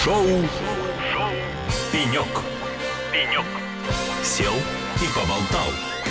Шоу «Пенек». Сел и поболтал.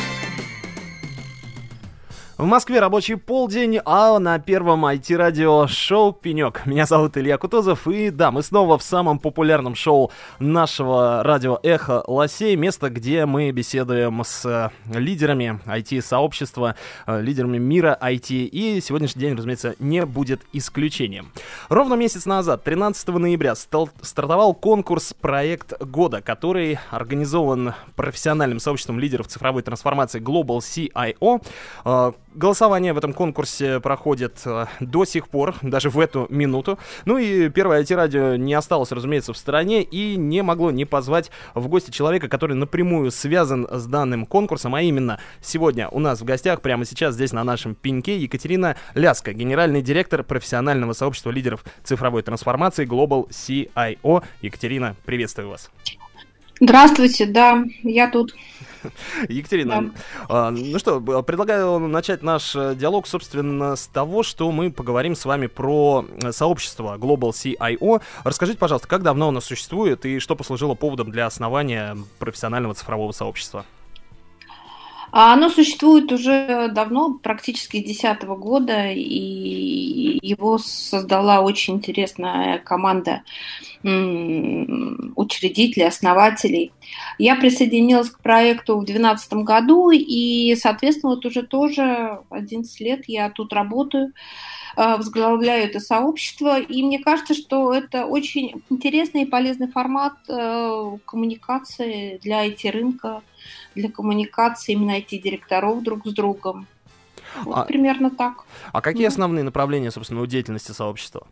В Москве рабочий полдень, а на первом IT-радио шоу «Пенек». Меня зовут Илья Кутузов, и да, мы снова в самом популярном шоу нашего радио «Эхо Лосей», место, где мы беседуем с лидерами IT-сообщества, лидерами мира IT, и сегодняшний день, разумеется, не будет исключением. Ровно месяц назад, 13 ноября, стартовал конкурс «Проект года», который организован профессиональным сообществом лидеров цифровой трансформации Global CIO. Голосование в этом конкурсе проходит до сих пор, даже в эту минуту. Ну и первое IT-радио не осталось, разумеется, в стороне и не могло не позвать в гости человека, который напрямую связан с данным конкурсом, а именно сегодня у нас в гостях, прямо сейчас здесь на нашем пеньке, Екатерина Ляска, генеральный директор профессионального сообщества лидеров цифровой трансформации Global CIO. Екатерина, приветствую вас. Здравствуйте, да, я тут. Екатерина, ну что, предлагаю начать наш диалог, собственно, с того, что мы поговорим с вами про сообщество Global CIO. Расскажите, пожалуйста, как давно оно существует и что послужило поводом для основания профессионального цифрового сообщества? Оно существует уже давно, практически с 2010 года, и его создала очень интересная команда учредителей, основателей. Я присоединилась к проекту в 2012 году, и, соответственно, вот уже тоже 11 лет я тут работаю, возглавляю это сообщество, и мне кажется, что это очень интересный и полезный формат коммуникации для IT-рынка, для коммуникации именно IT-директоров друг с другом. Вот примерно так. А какие основные направления, собственно, у деятельности сообщества?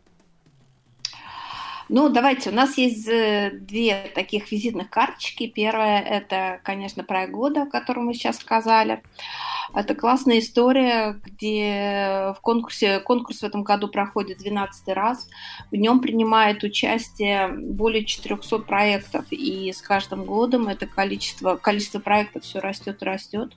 Ну, давайте, у нас есть две таких визитных карточки. Первая – это, конечно, проект года, о котором мы сейчас сказали. Это классная история, где конкурс в этом году проходит 12-й раз. В нем принимает участие более 400 проектов, и с каждым годом это количество проектов все растет и растет.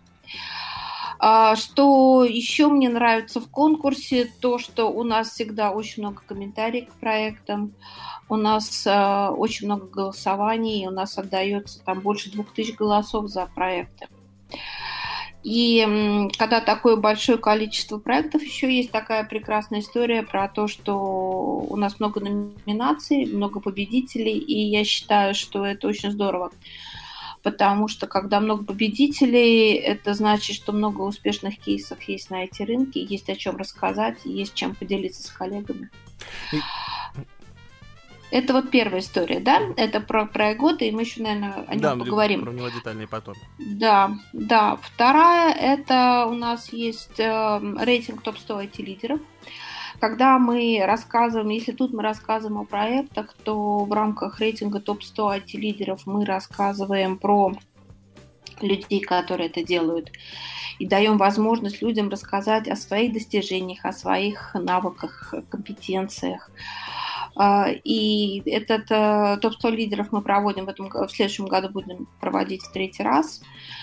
Что еще мне нравится в конкурсе, то, что у нас всегда очень много комментариев к проектам, у нас очень много голосований, у нас отдается там больше 2000 голосов за проекты. И когда такое большое количество проектов, еще есть такая прекрасная история про то, что у нас много номинаций, много победителей, и я считаю, что это очень здорово. Потому что когда много победителей, это значит, что много успешных кейсов есть на IT-рынке, есть о чем рассказать, есть чем поделиться с коллегами. Это вот первая история, да? Это про проект года, и мы еще, наверное, о нем поговорим. Да, про него детальнее потом. Да. Вторая, это у нас есть рейтинг топ-100 IT-лидеров. Когда мы рассказываем, если тут мы рассказываем о проектах, то в рамках рейтинга топ-100 IT-лидеров мы рассказываем про людей, которые это делают, и даем возможность людям рассказать о своих достижениях, о своих навыках, компетенциях. И этот топ-100 лидеров мы проводим в следующем году, будем проводить в 3-й раз.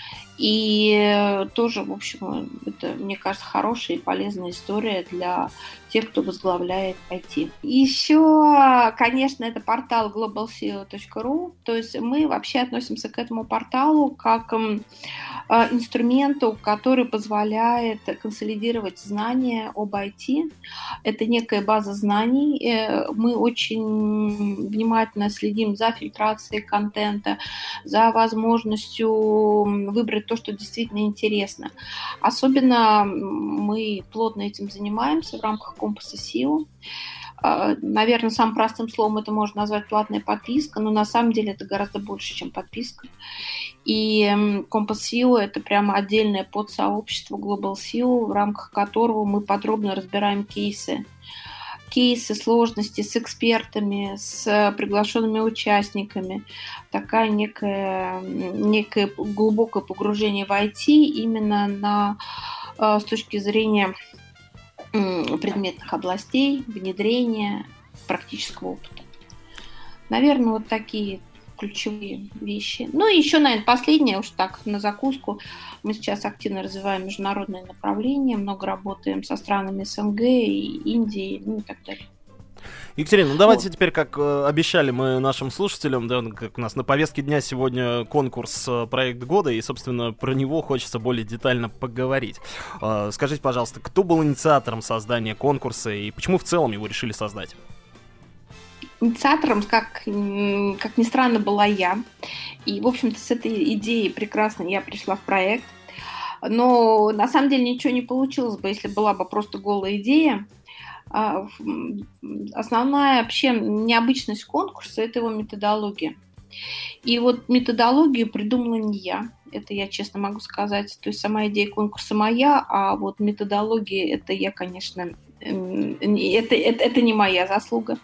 И тоже, в общем, это, мне кажется, хорошая и полезная история для тех, кто возглавляет IT. Еще, конечно, это портал globalceo.ru. То есть мы вообще относимся к этому порталу как к инструменту, который позволяет консолидировать знания об IT. Это некая база знаний. Мы очень внимательно следим за фильтрацией контента, за возможностью выбрать то, что действительно интересно. Особенно мы плотно этим занимаемся в рамках компаса SEO. Наверное, самым простым словом это можно назвать платная подписка, но на самом деле это гораздо больше, чем подписка. И компас SEO – это прямо отдельное подсообщество Global SEO, в рамках которого мы подробно разбираем кейсы, сложности с экспертами, с приглашенными участниками. Такая некое глубокое погружение в IT именно с точки зрения предметных областей, внедрения, практического опыта. Наверное, вот такие ключевые вещи. Ну и еще, наверное, последнее, уж так, на закуску. Мы сейчас активно развиваем международные направления, много работаем со странами СНГ и Индии, ну и так далее. Екатерина, ну давайте теперь, как обещали мы нашим слушателям, да, как у нас на повестке дня сегодня конкурс «Проект года», и, собственно, про него хочется более детально поговорить. Скажите, пожалуйста, кто был инициатором создания конкурса и почему в целом его решили создать? Инициатором, как ни странно, была я. И, в общем-то, с этой идеей прекрасно я пришла в проект. Но на самом деле ничего не получилось бы, если была бы просто голая идея. Основная вообще необычность конкурса – это его методология. И вот методологию придумала не я, это я честно могу сказать. То есть сама идея конкурса моя, а вот методология – это я, конечно, это не моя заслуга.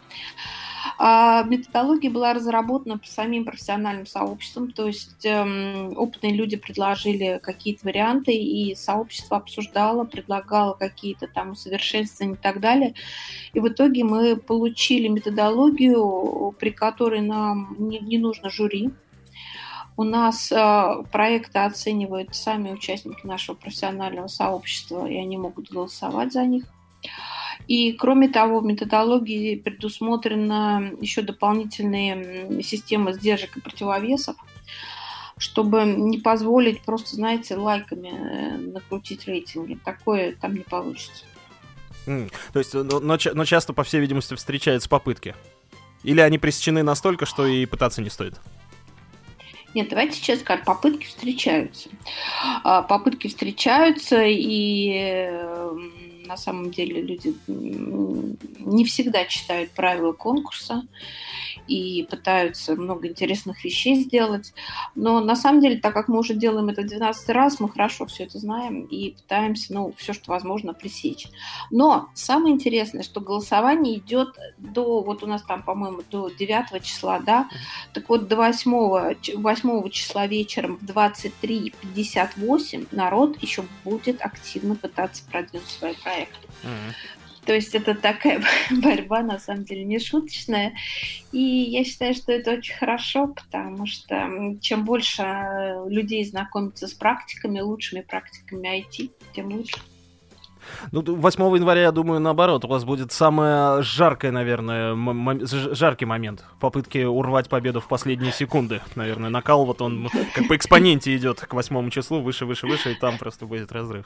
Методология была разработана самим профессиональным сообществом, то есть опытные люди предложили какие-то варианты, и сообщество обсуждало, предлагало какие-то там усовершенствования и так далее. И в итоге мы получили методологию, при которой нам не нужно жюри. У нас проекты оценивают сами участники нашего профессионального сообщества, и они могут голосовать за них. И, кроме того, в методологии предусмотрена еще дополнительные системы сдержек и противовесов, чтобы не позволить просто, знаете, лайками накрутить рейтинги. Такое там не получится. То есть, но часто, по всей видимости, встречаются попытки? Или они пресечены настолько, что и пытаться не стоит? Нет, давайте честно сказать, попытки встречаются. Попытки встречаются, и на самом деле люди не всегда читают правила конкурса и пытаются много интересных вещей сделать. Но на самом деле, так как мы уже делаем это в 12 раз, мы хорошо все это знаем и пытаемся, все, что возможно, пресечь. Но самое интересное, что голосование идет до, вот у нас там, по-моему, до 9 числа, да? Так вот, до 8 числа вечером в 23:58 народ еще будет активно пытаться продвинуть свои проекты. То есть это такая борьба, на самом деле, не шуточная. И я считаю, что это очень хорошо, потому что чем больше людей знакомятся с практиками, лучшими практиками IT, тем лучше. 8 января, я думаю, наоборот, у вас будет самый жаркий, наверное, жаркий момент попытки урвать победу в последние секунды. Наверное, накал вот он как по экспоненте идет к 8 числу, выше, и там просто будет разрыв.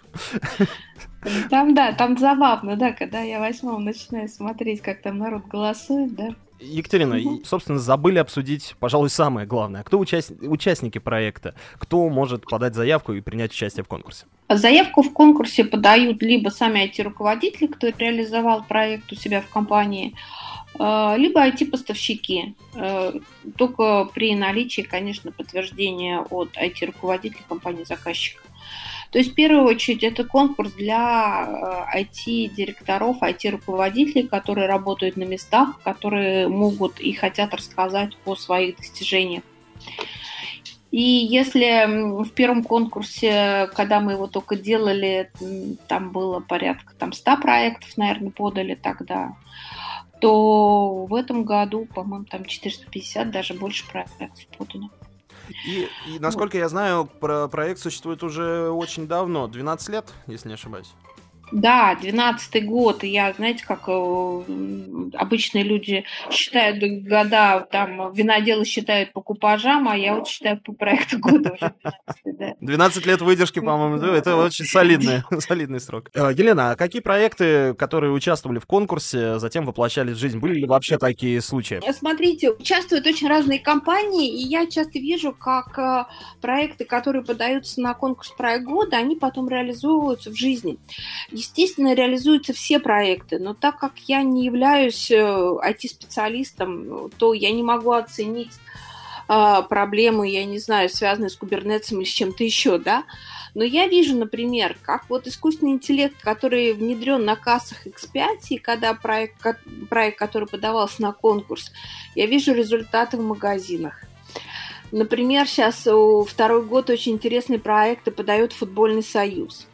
Там забавно, да, когда я 8 начинаю смотреть, как там народ голосует, да. Екатерина, собственно, забыли обсудить, пожалуй, самое главное. Кто участники проекта? Кто может подать заявку и принять участие в конкурсе? Заявку в конкурсе подают либо сами IT-руководители, кто реализовал проект у себя в компании, либо IT-поставщики. Только при наличии, конечно, подтверждения от IT-руководителя компании-заказчика. То есть, в первую очередь, это конкурс для IT-директоров, IT-руководителей, которые работают на местах, которые могут и хотят рассказать о своих достижениях. И если в первом конкурсе, когда мы его только делали, там было порядка 100 проектов, наверное, подали тогда, то в этом году, по-моему, там 450, даже больше проектов подано. И насколько я знаю, проект существует уже очень давно, 12 лет, если не ошибаюсь. Да, 12-й год, и я, знаете, как обычные люди считают года, там, виноделы считают по купажам, а я вот считаю по проекту года уже 12-й, да. 12 лет выдержки, по-моему, это очень солидный срок. Елена, а какие проекты, которые участвовали в конкурсе, затем воплощались в жизнь? Были ли вообще такие случаи? Смотрите, участвуют очень разные компании, и я часто вижу, как проекты, которые подаются на конкурс «Проект года», они потом реализовываются в жизни. Естественно, реализуются все проекты, но так как я не являюсь IT-специалистом, то я не могу оценить проблемы, я не знаю, связанные с кубернетсом или с чем-то еще, да. Но я вижу, например, как вот искусственный интеллект, который внедрен на кассах X5, и когда проект, который подавался на конкурс, я вижу результаты в магазинах. Например, сейчас второй год очень интересные проекты подает Футбольный союз.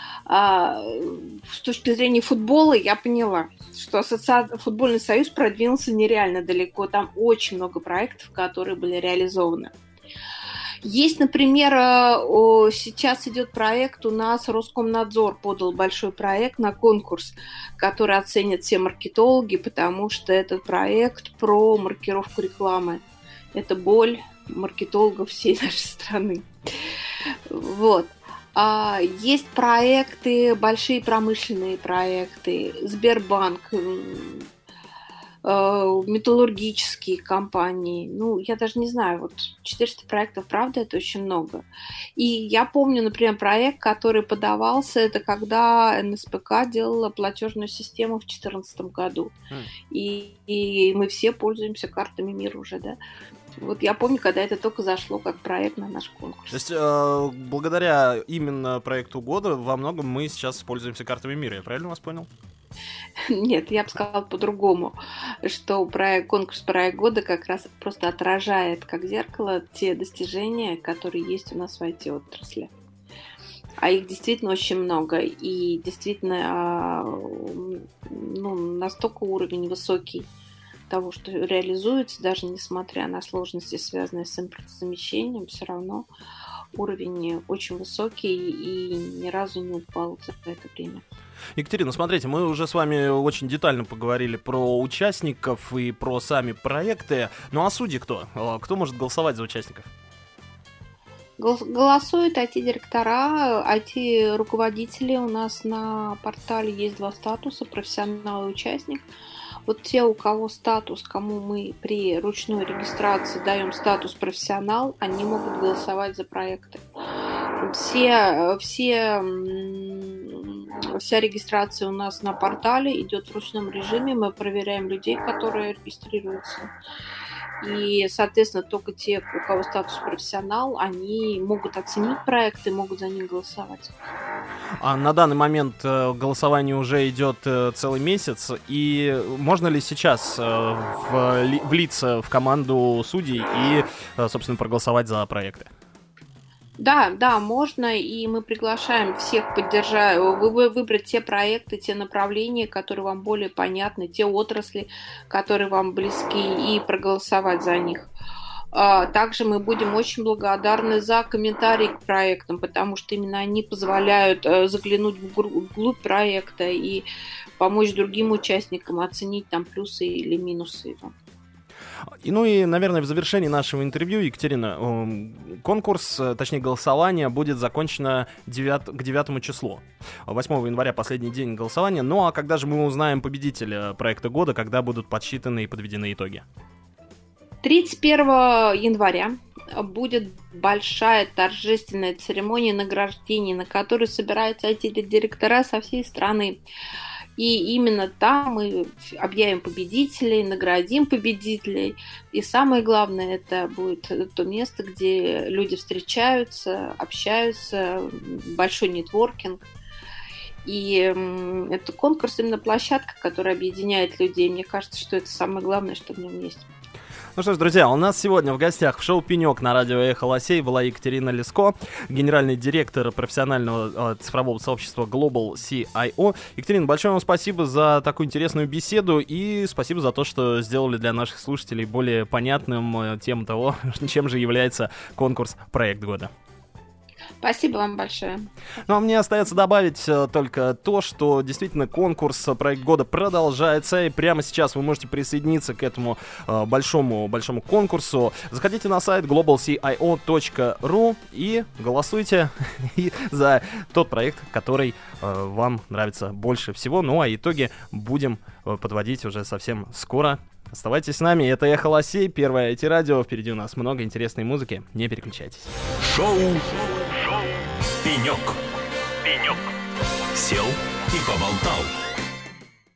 С точки зрения футбола я поняла, что Футбольный союз продвинулся нереально далеко. Там очень много проектов, которые были реализованы. Есть, например, сейчас идет проект, у нас Роскомнадзор подал большой проект на конкурс, который оценят все маркетологи, потому что этот проект про маркировку рекламы. Это боль маркетологов всей нашей страны. Вот. Есть проекты, большие промышленные проекты, Сбербанк, металлургические компании. Ну, я даже не знаю, вот 400 проектов, правда, это очень много. И я помню, например, проект, который подавался, это когда НСПК делала платежную систему в 2014 году. И мы все пользуемся картами МИР уже, да. Вот я помню, когда это только зашло как проект на наш конкурс. То есть, благодаря именно проекту года во многом мы сейчас пользуемся картами мира, я правильно вас понял? Нет, я бы сказала по-другому, что конкурс проект года как раз просто отражает как зеркало те достижения, которые есть у нас в IT-отрасли. А их действительно очень много, и действительно настолько уровень высокий того, что реализуется, даже несмотря на сложности, связанные с импортозамещением, все равно уровень очень высокий и ни разу не упал за это время. Екатерина, смотрите, мы уже с вами очень детально поговорили про участников и про сами проекты. Ну а судьи кто? Кто может голосовать за участников? Голосуют IT-директора, IT-руководители. У нас на портале есть 2 статуса, профессионал и участник. Вот те, у кого статус, кому мы при ручной регистрации даем статус профессионал, они могут голосовать за проекты. Вся регистрация у нас на портале идет в ручном режиме. Мы проверяем людей, которые регистрируются. И, соответственно, только те, у кого статус профессионал, они могут оценить проекты, могут за них голосовать. А на данный момент голосование уже идет целый месяц. И можно ли сейчас влиться в команду судей и, собственно, проголосовать за проекты? Да, можно, и мы приглашаем всех выбрать те проекты, те направления, которые вам более понятны, те отрасли, которые вам близки, и проголосовать за них. Также мы будем очень благодарны за комментарии к проектам, потому что именно они позволяют заглянуть вглубь проекта и помочь другим участникам оценить там плюсы или минусы его. Ну и, наверное, в завершении нашего интервью, Екатерина, конкурс, точнее голосование, будет закончено к 9 числу. 8 января последний день голосования. Ну а когда же мы узнаем победителя проекта года, когда будут подсчитаны и подведены итоги? 31 января будет большая торжественная церемония награждения, на которой собираются IT-директора со всей страны. И именно там мы объявим победителей, наградим победителей. И самое главное, это будет то место, где люди встречаются, общаются, большой нетворкинг. И это конкурс, именно площадка, которая объединяет людей. Мне кажется, что это самое главное, что в нем есть. Ну что ж, друзья, у нас сегодня в гостях в шоу «Пенек» на радио «Эхо Лосей» была Екатерина Леско, генеральный директор профессионального цифрового сообщества Global CIO. Екатерина, большое вам спасибо за такую интересную беседу и спасибо за то, что сделали для наших слушателей более понятным тему того, чем же является конкурс «Проект года». Спасибо вам большое. Ну а мне остается добавить только то, что действительно конкурс «Проект года» продолжается, и прямо сейчас вы можете присоединиться к этому большому конкурсу. Заходите на сайт globalcio.ru и голосуйте за тот проект, который вам нравится больше всего. Ну а итоги будем подводить уже совсем скоро. Оставайтесь с нами, это «Эхо Лосей», первое IT-радио. Впереди у нас много интересной музыки, не переключайтесь. Шоу «Пенек». Сел и поболтал.